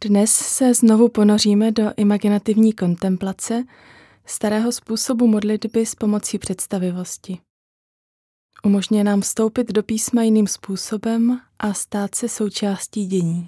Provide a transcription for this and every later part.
Dnes se znovu ponoříme do imaginativní kontemplace starého způsobu modlitby s pomocí představivosti. Umožňuje nám vstoupit do písma jiným způsobem a stát se součástí dění.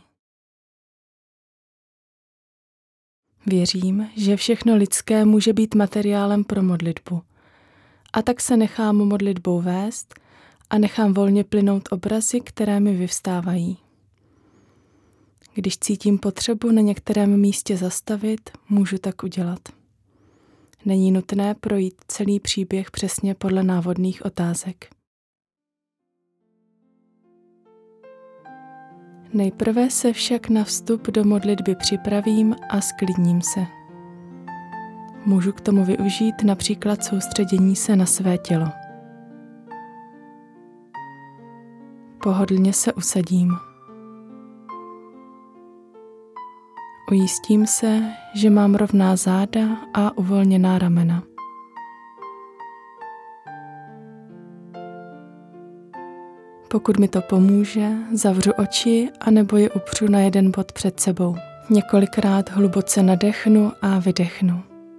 Věřím, že všechno lidské může být materiálem pro modlitbu. A tak se nechám modlitbou vést a nechám volně plynout obrazy, které mi vyvstávají. Když cítím potřebu na některém místě zastavit, můžu tak udělat. Není nutné projít celý příběh přesně podle návodných otázek. Nejprve se však na vstup do modlitby připravím a sklidním se. Můžu k tomu využít například soustředění se na své tělo. Pohodlně se usadím. Ujistím se, že mám rovná záda a uvolněná ramena. Pokud mi to pomůže, zavřu oči anebo je upřu na jeden bod před sebou. Několikrát hluboce nadechnu a vydechnu.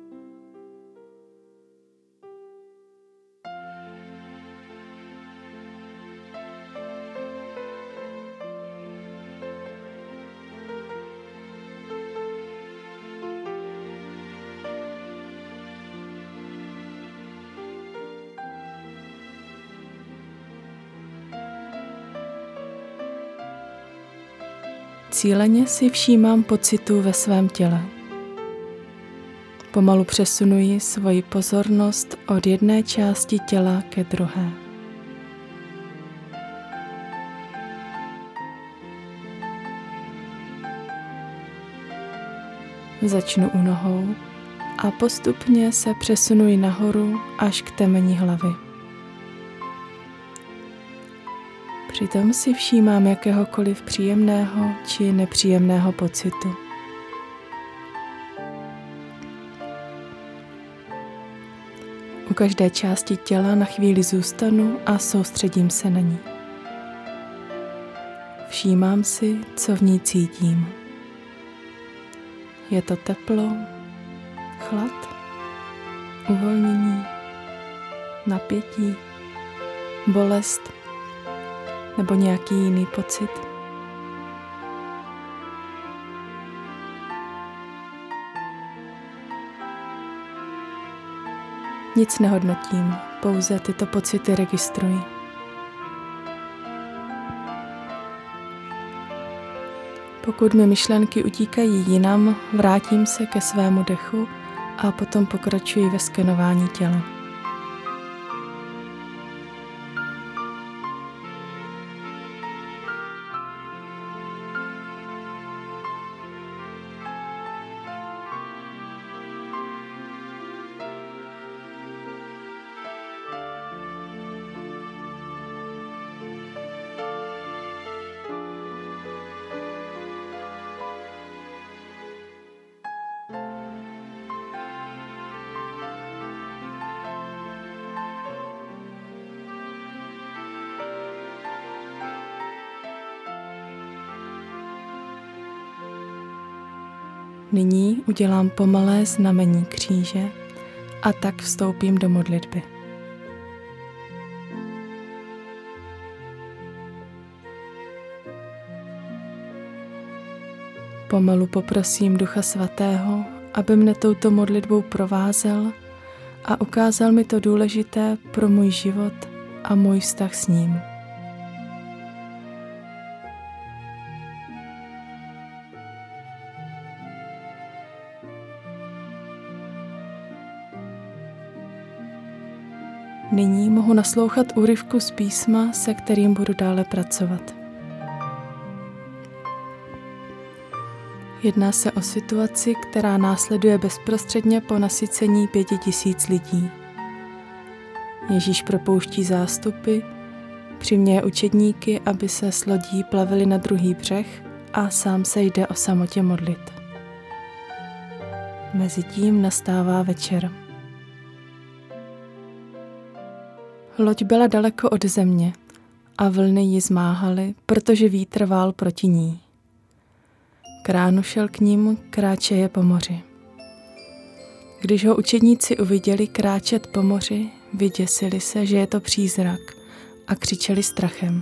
Cíleně si všímám pocitů ve svém těle. Pomalu přesunuji svoji pozornost od jedné části těla ke druhé. Začnu u nohou a postupně se přesunuji nahoru až k temeni hlavy. Přitom si všímám jakéhokoliv příjemného či nepříjemného pocitu. U každé části těla na chvíli zůstanu a soustředím se na ní. Všímám si, co v ní cítím. Je to teplo, chlad, uvolnění, napětí, bolest nebo nějaký jiný pocit. Nic nehodnotím, pouze tyto pocity registruji. Pokud mi myšlenky utíkají jinam, vrátím se ke svému dechu a potom pokračuji ve skenování těla. Nyní udělám pomalé znamení kříže a tak vstoupím do modlitby. Pomalu poprosím Ducha Svatého, aby mne touto modlitbou provázel a ukázal mi to důležité pro můj život a můj vztah s ním. Nyní mohu naslouchat úryvku z písma, se kterým budu dále pracovat. Jedná se o situaci, která následuje bezprostředně po nasycení 5000 lidí. Ježíš propouští zástupy, přiměje učedníky, aby se s lodí plavili na druhý břeh a sám se jde o samotě modlit. Mezitím nastává večer. Loď byla daleko od země a vlny ji zmáhaly, protože vítr vál proti ní. K ránu šel k ním kráčeje po moři. Když ho učedníci uviděli kráčet po moři, vyděsili se, že je to přízrak, a křičeli strachem.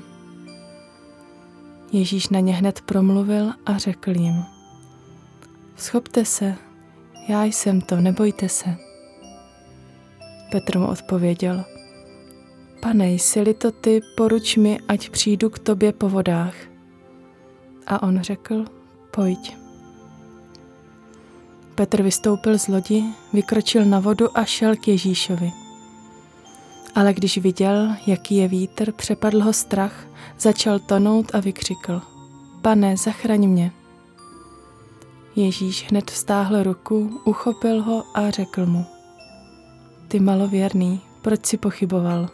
Ježíš na ně hned promluvil a řekl jim: Schopte se, já jsem to, nebojte se. Petr mu odpověděl: Pane, jsi-li to ty, poruč mi, ať přijdu k tobě po vodách. A on řekl: Pojď. Petr vystoupil z lodi, vykročil na vodu a šel k Ježíšovi. Ale když viděl, jaký je vítr, přepadl ho strach, začal tonout a vykřikl: Pane, zachraň mě. Ježíš hned vztáhl ruku, uchopil ho a řekl mu: Ty malověrný, proč jsi pochyboval?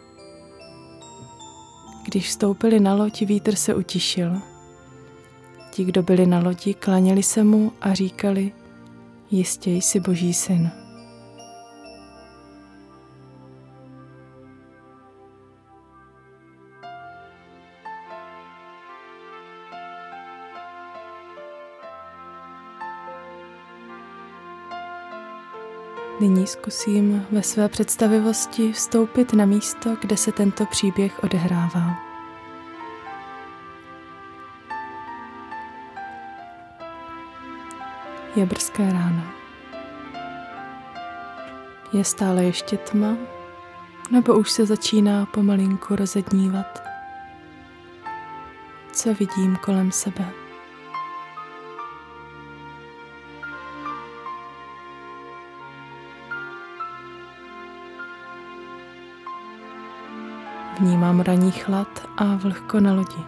Když vstoupili na loď, vítr se utišil. Ti, kdo byli na lodi, klaněli se mu a říkali: Jistě jsi Boží syn. Nyní zkusím ve své představivosti vstoupit na místo, kde se tento příběh odehrává. Je brzké ráno. Je stále ještě tma, nebo už se začíná pomalinku rozednívat? Co vidím kolem sebe? Vnímám ranní chlad a vlhko na lodi.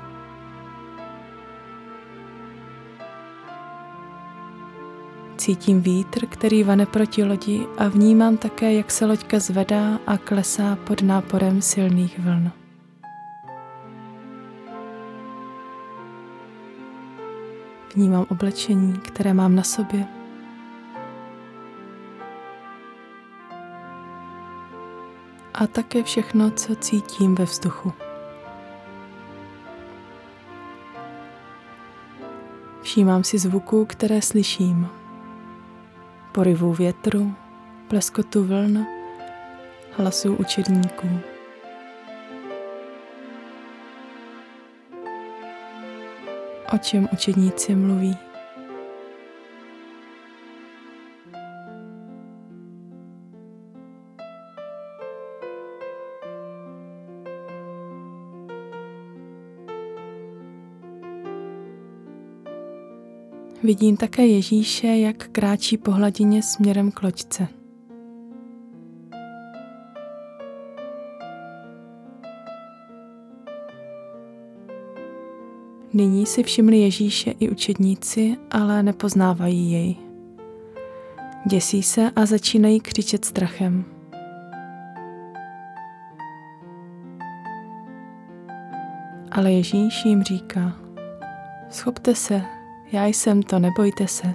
Cítím vítr, který vane proti lodi, a vnímám také, jak se loďka zvedá a klesá pod náporem silných vln. Vnímám oblečení, které mám na sobě. A také všechno, co cítím ve vzduchu. Všímám si zvuků, které slyším. Poryvů větru, pleskotu vln, hlasů učedníků. O čem učedníci mluví? Vidím také Ježíše, jak kráčí po hladině směrem k loďce. Nyní si všimli Ježíše i učedníci, ale nepoznávají jej. Děsí se a začínají křičet strachem. Ale Ježíš jim říká: Schopte se, já jsem to, nebojte se.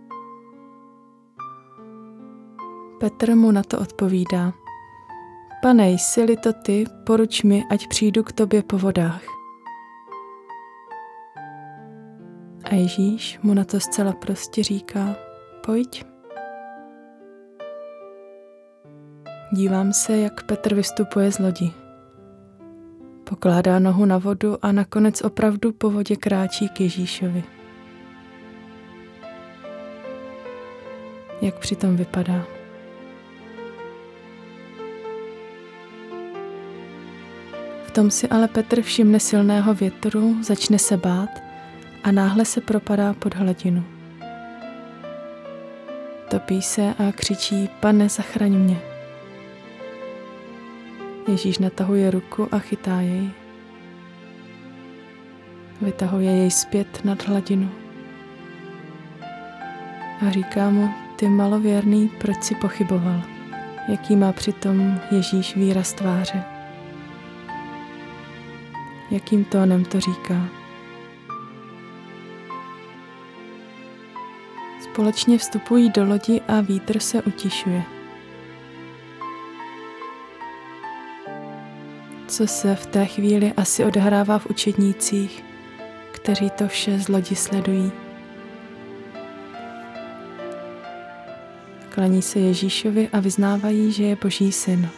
Petr mu na to odpovídá: Pane, jsi-li to ty, poruč mi, ať přijdu k tobě po vodách. A Ježíš mu na to zcela prostě říká: Pojď. Dívám se, jak Petr vystupuje z lodi. Pokládá nohu na vodu a nakonec opravdu po vodě kráčí k Ježíšovi. Jak přitom vypadá? V tom si ale Petr všimne silného větru, začne se bát a náhle se propadá pod hladinu. Topí se a křičí: Pane, zachraň mě. Ježíš natahuje ruku a chytá jej. Vytahuje jej zpět nad hladinu. A říká mu: Ty malověrný, proč jsi pochyboval? Jaký má přitom Ježíš výraz tváře? Jakým tónem to říká? Společně vstupují do lodi a vítr se utišuje. Co se v té chvíli asi odehrává v učednících, kteří to vše z lodi sledují? Klaní se Ježíšovi a vyznávají, že je Boží syn.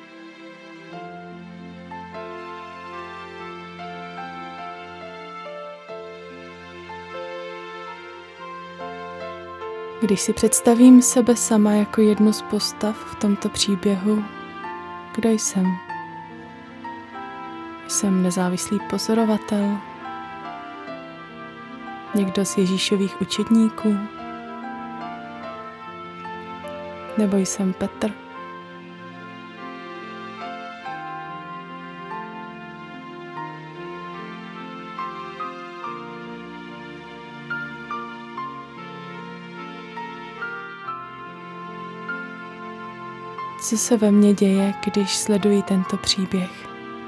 Když si představím sebe sama jako jednu z postav v tomto příběhu, kdo jsem? Jsem nezávislý pozorovatel, někdo z Ježíšových učedníků, nebo jsem Petr? Co se ve mně děje, když sleduji tento příběh?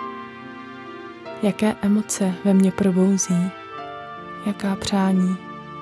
Jaké emoce ve mně probouzí? Jaká přání?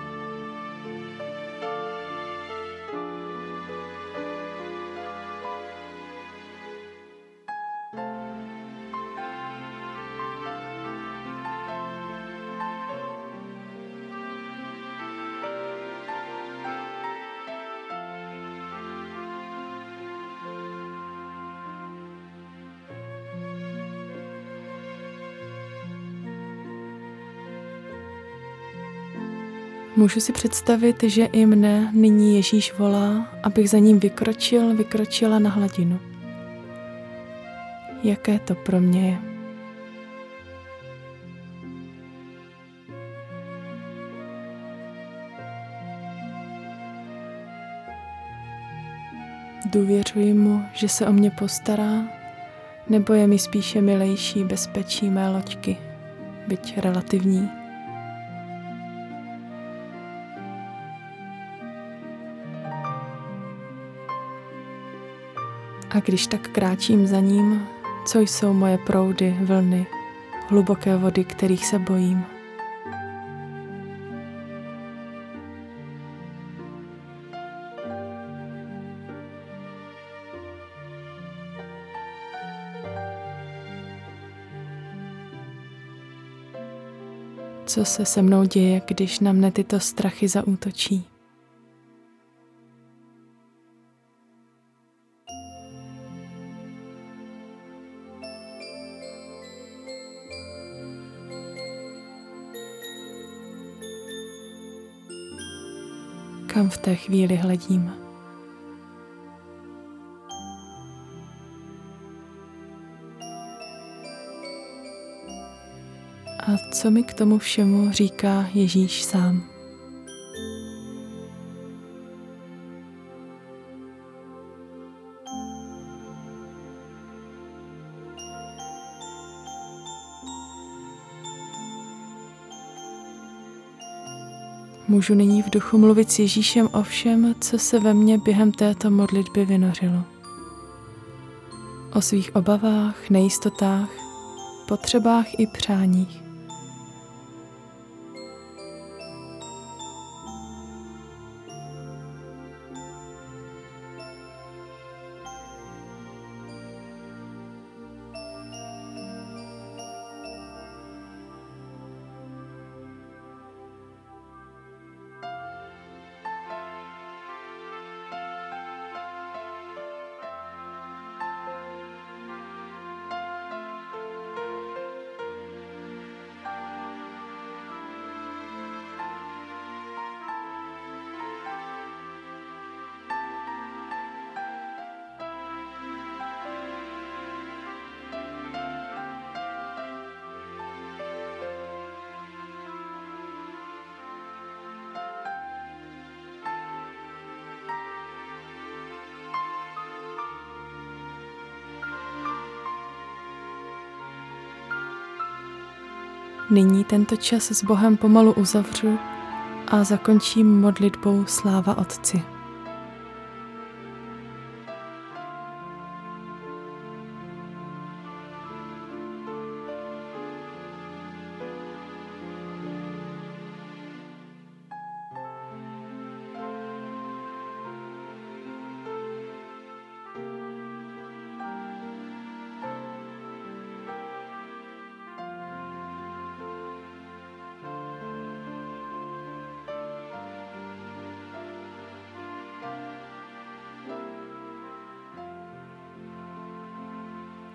Můžu si představit, že i mne nyní Ježíš volá, abych za ním vykročila na hladinu. Jaké to pro mě je? Důvěřuji mu, že se o mě postará, nebo je mi spíše milejší bezpečí mé loďky, byť relativní? A když tak kráčím za ním, co jsou moje proudy, vlny, hluboké vody, kterých se bojím? Co se mnou děje, když na mne tyto strachy zaútočí? Kam v té chvíli hledím? A co mi k tomu všemu říká Ježíš sám? Můžu nyní v duchu mluvit s Ježíšem o všem, co se ve mně během této modlitby vynořilo. O svých obavách, nejistotách, potřebách i přáních. Nyní tento čas s Bohem pomalu uzavřu a zakončím modlitbou Sláva Otci.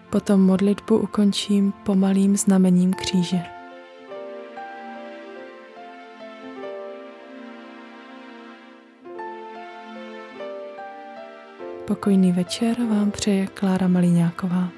Potom modlitbu ukončím pomalým znamením kříže. Pokojný večer vám přeje Klára Maliňáková.